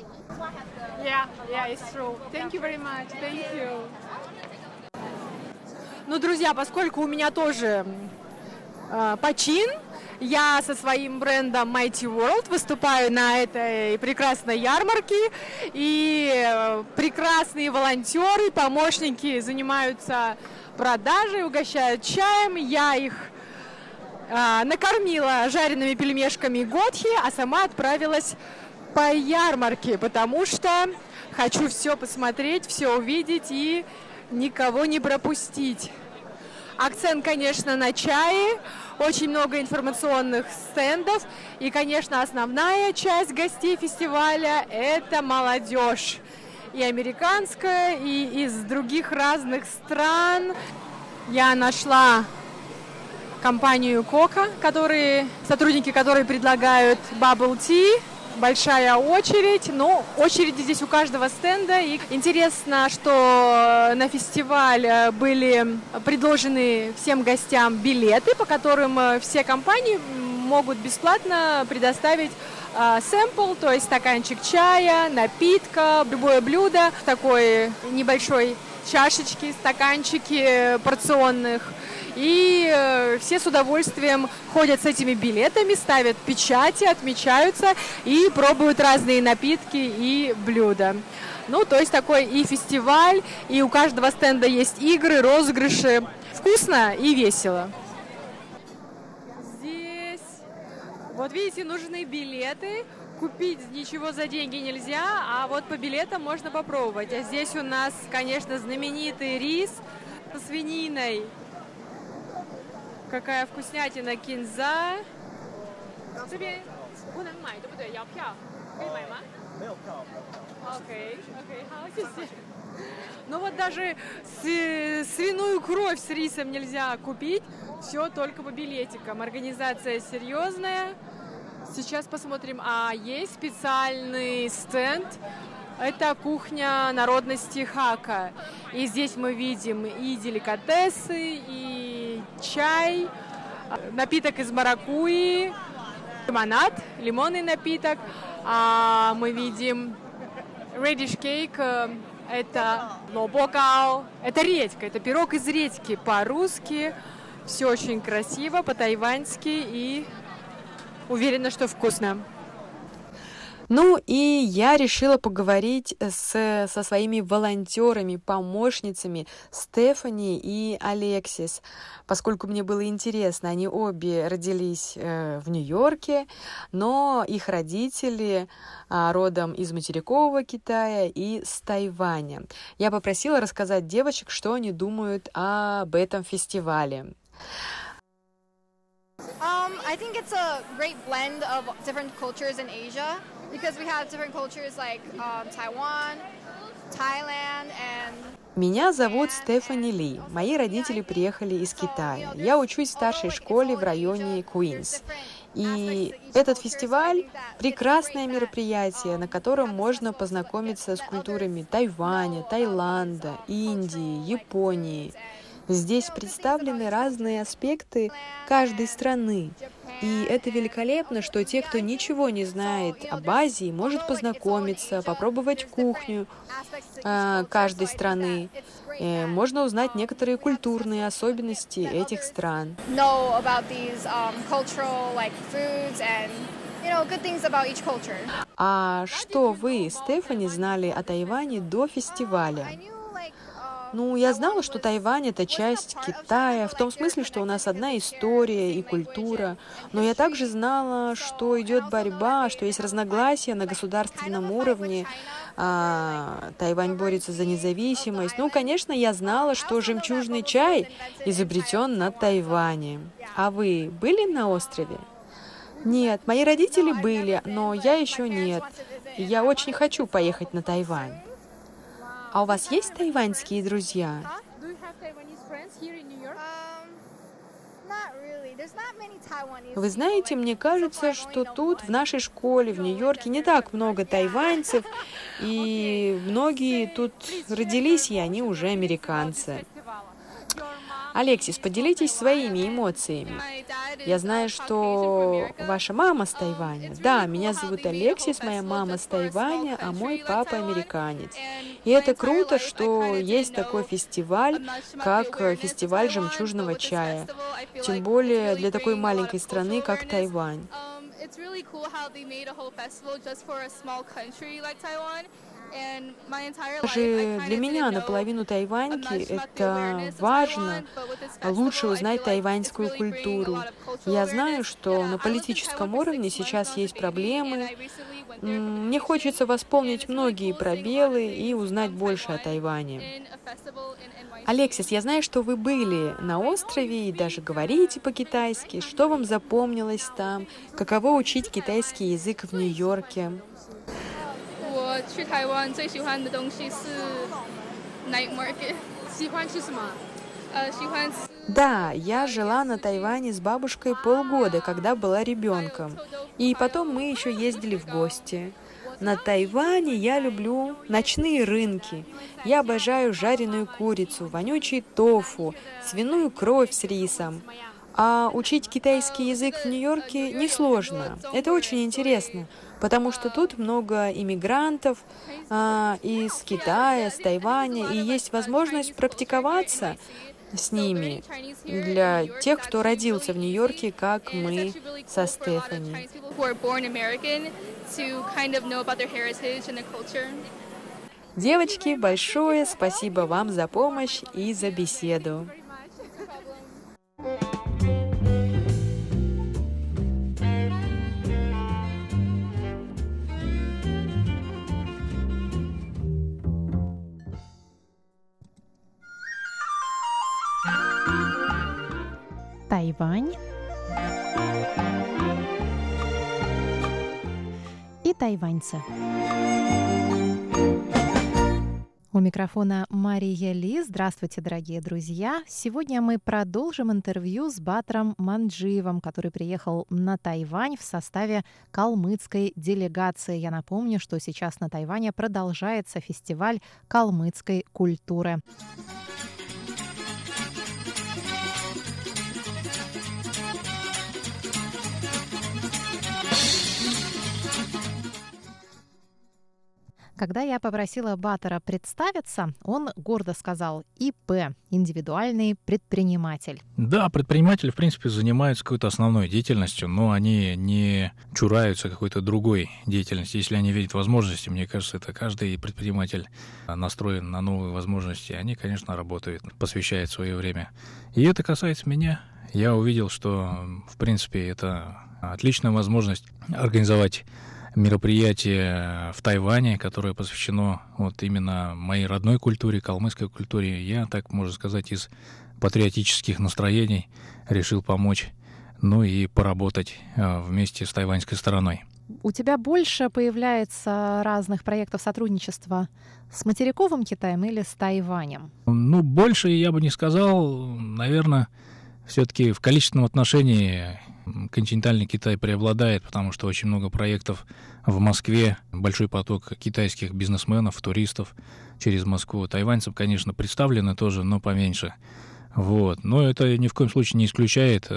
Ну, друзья, поскольку у меня тоже почин, я со своим брендом Mighty World выступаю на этой прекрасной ярмарке, и прекрасные волонтеры, помощники занимаются продажей, угощают чаем. Я их накормила жареными пельмешками готхи, а сама отправилась по ярмарке, потому что хочу все посмотреть, все увидеть и никого не пропустить. Акцент, конечно, на чае, очень много информационных стендов, и, конечно, основная часть гостей фестиваля – это молодежь, и американская, и из других разных стран. Я нашла компанию Coca, сотрудники которой предлагают bubble tea. Большая очередь, но очереди здесь у каждого стенда. И интересно, что на фестиваль были предложены всем гостям билеты, по которым все компании могут бесплатно предоставить сэмпл, то есть стаканчик чая, напитка, любое блюдо в такой небольшой чашечке, стаканчике порционных. И все с удовольствием ходят с этими билетами, ставят печати, отмечаются и пробуют разные напитки и блюда. Ну, то есть такой и фестиваль, и у каждого стенда есть игры, розыгрыши. Вкусно и весело. Здесь, вот видите, нужны билеты. Купить ничего за деньги нельзя, а вот по билетам можно попробовать. А здесь у нас, конечно, знаменитый рис со свининой. Какая вкуснятина, кинза. Окей, ну вот даже свиную кровь с рисом нельзя купить, все только по билетикам. Организация серьезная. Сейчас посмотрим, есть специальный стенд. Это кухня народности Хака. И здесь мы видим и деликатесы, и чай, напиток из маракуйи, лимонад, лимонный напиток. Мы видим radish cake, это лобокао, это редька, это пирог из редьки по-русски. Все очень красиво, по-тайваньски и уверена, что вкусно. Ну и я решила поговорить со своими волонтерами, помощницами Стефани и Алексис, поскольку мне было интересно. Они обе родились в Нью-Йорке, но их родители родом из материкового Китая и с Тайваня. Я попросила рассказать девочек, что они думают об этом фестивале. I think it's a great blend of different cultures in Asia because we have different cultures like Taiwan, Thailand and... Меня зовут Стефани Ли. Мои родители приехали из Китая. Я учусь в старшей школе в районе Куинс. И этот фестиваль – прекрасное мероприятие, на котором можно познакомиться с культурами Тайваня, Таиланда, Индии, Японии. Здесь представлены разные аспекты каждой страны. И это великолепно, что те, кто ничего не знает об Азии, может познакомиться, попробовать кухню каждой страны. Можно узнать некоторые культурные особенности этих стран. А что вы, Стефани, знали о Тайване до фестиваля? Ну, я знала, что Тайвань – это часть Китая, в том смысле, что у нас одна история и культура. Но я также знала, что идет борьба, что есть разногласия на государственном уровне. Тайвань борется за независимость. Ну, конечно, я знала, что жемчужный чай изобретен на Тайване. А вы были на острове? Нет, мои родители были, но я еще нет. Я очень хочу поехать на Тайвань. А у вас есть тайваньские друзья? Вы знаете, мне кажется, что тут, в нашей школе, в Нью-Йорке, не так много тайваньцев, и многие тут родились, и они уже американцы. Алексис, поделитесь своими эмоциями. Я знаю, что ваша мама с Тайваня. Да, меня зовут Алексис, моя мама с Тайваня, а мой папа американец. И это круто, что есть такой фестиваль, как фестиваль жемчужного чая. Тем более для такой маленькой страны, как Тайвань. Даже для меня, наполовину тайваньки, это важно лучше узнать тайваньскую культуру. Я знаю, что на политическом уровне сейчас есть проблемы. Мне хочется восполнить многие пробелы и узнать больше о Тайване. Алексис, я знаю, что вы были на острове и даже говорите по-китайски. Что вам запомнилось там? Каково учить китайский язык в Нью-Йорке? Да, я жила на Тайване с бабушкой полгода, когда была ребенком. И потом мы еще ездили в гости. На Тайване я люблю ночные рынки. Я обожаю жареную курицу, вонючий тофу, свиную кровь с рисом. А учить китайский язык в Нью-Йорке несложно. Это очень интересно, потому что тут много иммигрантов из Китая, с Тайваня, и есть возможность практиковаться с ними для тех, кто родился в Нью-Йорке, как мы со Стефани. Девочки, большое спасибо вам за помощь и за беседу. Тайвань и тайваньцы. У микрофона Мария Ли. Здравствуйте, дорогие друзья! Сегодня мы продолжим интервью с Батром Манджиевым, который приехал на Тайвань в составе калмыцкой делегации. Я напомню, что сейчас на Тайване продолжается фестиваль калмыцкой культуры. Когда я попросила Батора представиться, он гордо сказал ИП, индивидуальный предприниматель. Да, предприниматели, в принципе, занимаются какой-то основной деятельностью, но они не чураются какой-то другой деятельности. Если они видят возможности, мне кажется, это каждый предприниматель настроен на новые возможности. Они, конечно, работают, посвящают свое время. И это касается меня. Я увидел, что, в принципе, это отличная возможность организовать мероприятие в Тайване, которое посвящено вот именно моей родной культуре, калмыцкой культуре. Я, так можно сказать, из патриотических настроений решил помочь, ну и поработать вместе с тайваньской стороной. У тебя больше появляется разных проектов сотрудничества с материковым Китаем или с Тайванем? Ну, больше я бы не сказал. Наверное, все-таки в количественном отношении континентальный Китай преобладает, потому что очень много проектов в Москве, большой поток китайских бизнесменов, туристов через Москву. Тайваньцев, конечно, представлены тоже, но поменьше. Вот. Но это ни в коем случае не исключает,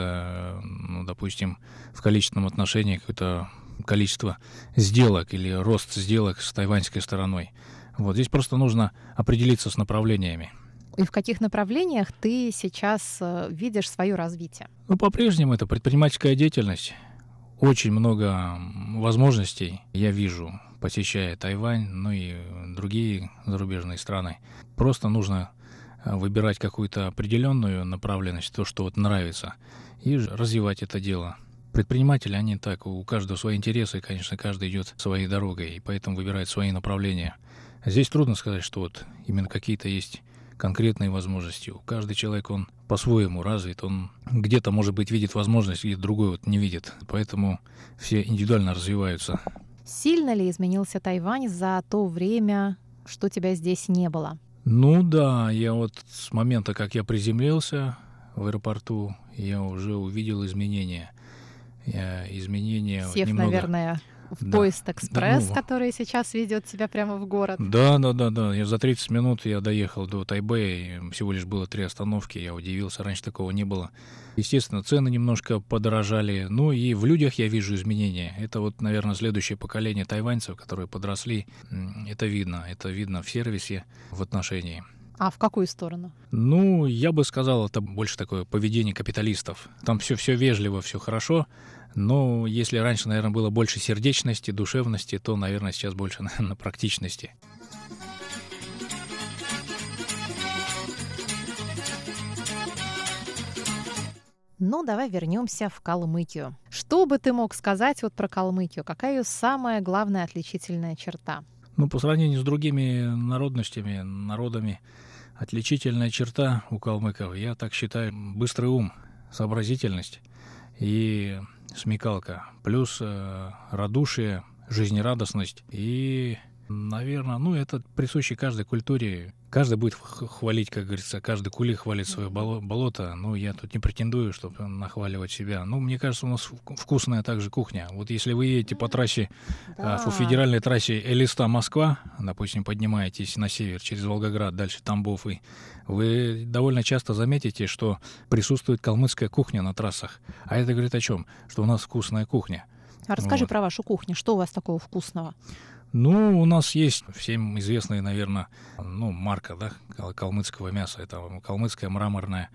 допустим, в количественном отношении какое-то количество сделок или рост сделок с тайваньской стороной. Вот. Здесь просто нужно определиться с направлениями. И в каких направлениях ты сейчас видишь свое развитие? Ну, по-прежнему это предпринимательская деятельность. Очень много возможностей я вижу, посещая Тайвань, ну и другие зарубежные страны. Просто нужно выбирать какую-то определенную направленность, то, что вот нравится, и развивать это дело. Предприниматели, они так, у каждого свои интересы, конечно, каждый идет своей дорогой, и поэтому выбирает свои направления. Здесь трудно сказать, что вот именно какие-то есть конкретные возможности. Каждый человек, он по-своему развит, он где-то, может быть, видит возможность, где-то другой вот не видит. Поэтому все индивидуально развиваются. Сильно ли изменился Тайвань за то время, что тебя здесь не было? Ну да, я вот с момента, как я приземлился в аэропорту, я уже увидел изменения. Сев, немного... наверное, в поезд «Экспресс», который сейчас ведет тебя прямо в город. Да. Я за 30 минут я доехал до Тайбэя, всего лишь было 3 остановки, я удивился, раньше такого не было. Естественно, цены немножко подорожали, ну и в людях я вижу изменения. Это вот, наверное, следующее поколение тайваньцев, которые подросли, это видно в сервисе, в отношении. А в какую сторону? Ну, я бы сказал, это больше такое поведение капиталистов. Там все вежливо, все хорошо, но если раньше, наверное, было больше сердечности, душевности, то, наверное, сейчас больше на практичности. Ну, давай вернемся в Калмыкию. Что бы ты мог сказать вот про Калмыкию? Какая ее самая главная отличительная черта? Ну, по сравнению с другими народами, отличительная черта у калмыков, я так считаю, быстрый ум, сообразительность и смекалка, плюс радушие, жизнерадостность и Наверное, это присуще каждой культуре. Каждый будет хвалить, как говорится, каждый кули хвалит свое болото. Я тут не претендую, чтобы нахваливать себя. Мне кажется, у нас вкусная также кухня. Вот если вы едете по трассе, по федеральной трассе Элиста-Москва, допустим, поднимаетесь на север через Волгоград, дальше Тамбов, и вы довольно часто заметите, что присутствует калмыцкая кухня на трассах. А это говорит о чем? Что у нас вкусная кухня. А расскажи про вашу кухню. Что у вас такого вкусного? У нас есть всем известная, наверное, марка, да, калмыцкого мяса. Это калмыцкая мраморная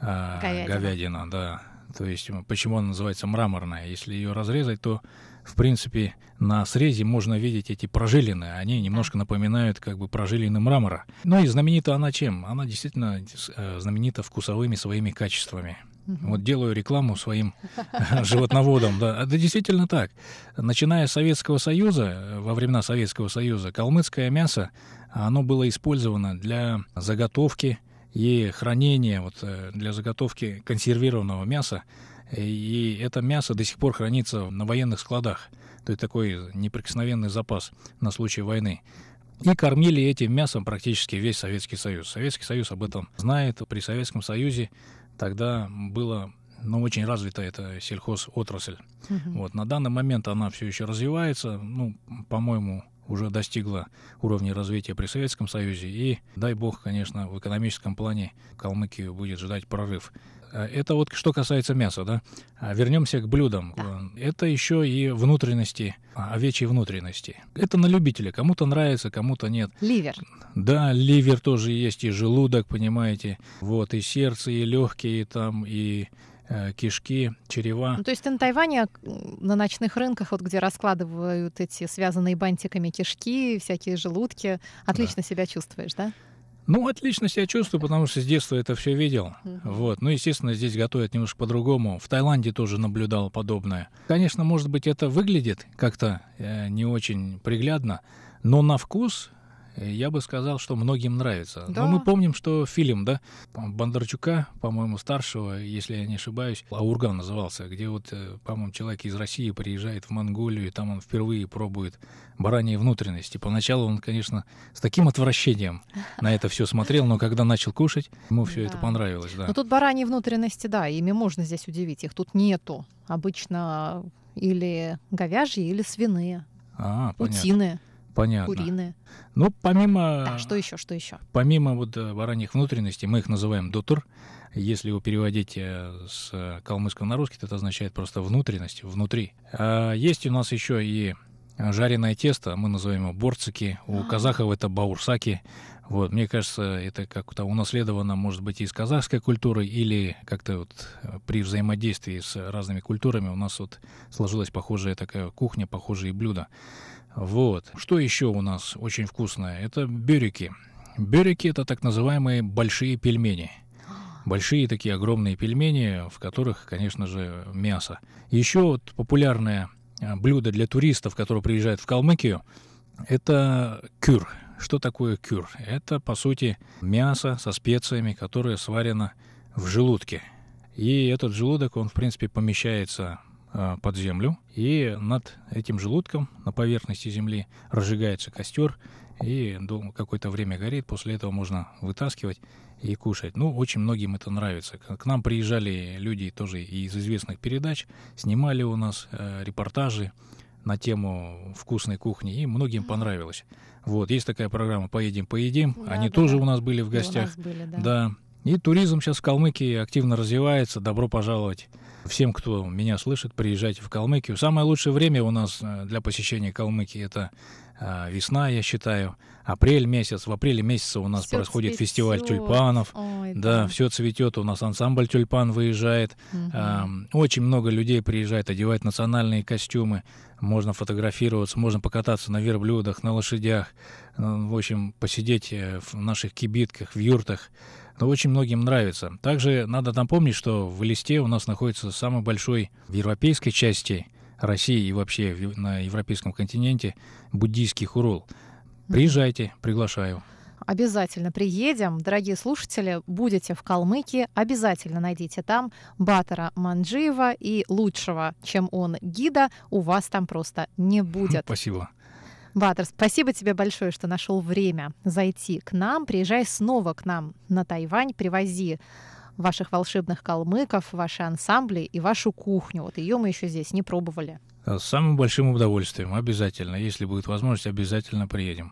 говядина, да. То есть, почему она называется мраморная? Если ее разрезать, то, в принципе, на срезе можно видеть эти прожилины. Они немножко напоминают как бы прожилины мрамора. И знаменита она чем? Она действительно знаменита вкусовыми своими качествами. Вот делаю рекламу своим животноводам. Да. Это действительно так. Начиная с Советского Союза, во времена Советского Союза, калмыцкое мясо, оно было использовано для заготовки и хранения, для заготовки консервированного мяса. И это мясо до сих пор хранится на военных складах. То есть такой неприкосновенный запас на случай войны. И кормили этим мясом практически весь Советский Союз. Советский Союз об этом знает. При Советском Союзе тогда была очень развита эта сельхозотрасль. На данный момент она все еще развивается. По-моему, уже достигла уровня развития при Советском Союзе. И, дай бог, конечно, в экономическом плане Калмыкию будет ждать прорыв. Это что касается мяса, да? Вернемся к блюдам. Да. Это еще и внутренности, овечьи внутренности. Это на любителя. Кому-то нравится, кому-то нет. Ливер. Да, ливер тоже есть, и желудок, понимаете. И сердце, и легкие там, и кишки, черева. То есть ты на Тайване на ночных рынках, где раскладывают эти связанные бантиками кишки, всякие желудки, отлично себя чувствуешь, да? Отлично себя чувствую, потому что с детства это все видел. Естественно, здесь готовят немножко по-другому. В Таиланде тоже наблюдал подобное. Конечно, может быть, это выглядит как-то не очень приглядно, но на вкус я бы сказал, что многим нравится. Да. Но мы помним, что фильм, да, Бондарчука, по-моему, старшего, если я не ошибаюсь, Аурган назывался, где по-моему, человек из России приезжает в Монголию, и там он впервые пробует бараньи внутренности. Поначалу он, конечно, с таким отвращением на это все смотрел, но когда начал кушать, ему все это понравилось. Да. Но тут бараньи внутренности, да, ими можно здесь удивить, их тут нету. Обычно или говяжьи, или свиные, утиные. Понятно. Куриные. Помимо... Да, что еще? Помимо бараньих внутренностей, мы их называем дотур. Если вы переводите с калмыцкого на русский, то это означает просто внутренность, внутри. А есть у нас еще и жареное тесто, мы называем его борцики. У казахов это баурсаки. Мне кажется, это как-то унаследовано, может быть, из казахской культуры, или как-то при взаимодействии с разными культурами у нас сложилась похожая такая кухня, похожие блюда. Что еще у нас очень вкусное? Это бёрики. Бёрики — это так называемые большие пельмени. Большие такие огромные пельмени, в которых, конечно же, мясо. Еще популярное блюдо для туристов, которые приезжают в Калмыкию, это кюр. Что такое кюр? Это, по сути, мясо со специями, которое сварено в желудке. И этот желудок, он, в принципе, помещается под землю, и над этим желудком на поверхности земли разжигается костер, и какое-то время горит, после этого можно вытаскивать и кушать. Очень многим это нравится. К нам приезжали люди тоже из известных передач, снимали у нас репортажи на тему вкусной кухни, и многим понравилось. Есть такая программа «Поедим». Да, они тоже у нас были в гостях. Да. И туризм сейчас в Калмыкии активно развивается. Добро пожаловать всем, кто меня слышит, приезжайте в Калмыкию. Самое лучшее время у нас для посещения Калмыкии — это весна, я считаю. Апрель месяц. В апреле месяце у нас происходит фестиваль тюльпанов. Да, все цветет. У нас ансамбль «Тюльпан» выезжает. Очень много людей приезжает, одевают национальные костюмы. Можно фотографироваться, можно покататься на верблюдах, на лошадях. В общем, посидеть в наших кибитках, в юртах. Но очень многим нравится. Также надо напомнить, что в Элисте у нас находится самый большой в европейской части России и вообще на европейском континенте буддийский хурул. Приезжайте, приглашаю. Обязательно приедем. Дорогие слушатели, будете в Калмыкии, обязательно найдите там Батара Манджиева, и лучшего, чем он, гида, у вас там просто не будет. Спасибо. Батр, спасибо тебе большое, что нашел время зайти к нам. Приезжай снова к нам на Тайвань, привози ваших волшебных калмыков, ваши ансамбли и вашу кухню. Вот ее мы еще здесь не пробовали. С самым большим удовольствием, обязательно. Если будет возможность, обязательно приедем.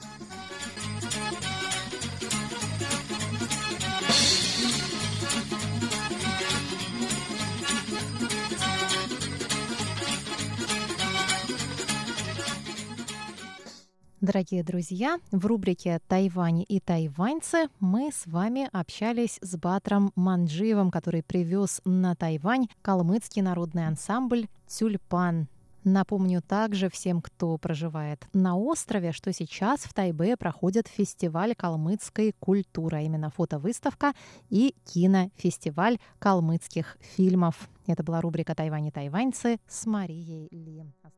Дорогие друзья, в рубрике «Тайвань и тайваньцы» мы с вами общались с Батром Манджиевым, который привез на Тайвань калмыцкий народный ансамбль «Тюльпан». Напомню также всем, кто проживает на острове, что сейчас в Тайбе проходит фестиваль калмыцкой культуры, а именно фотовыставка и кинофестиваль калмыцких фильмов. Это была рубрика «Тайвань и тайваньцы» с Марией Ли.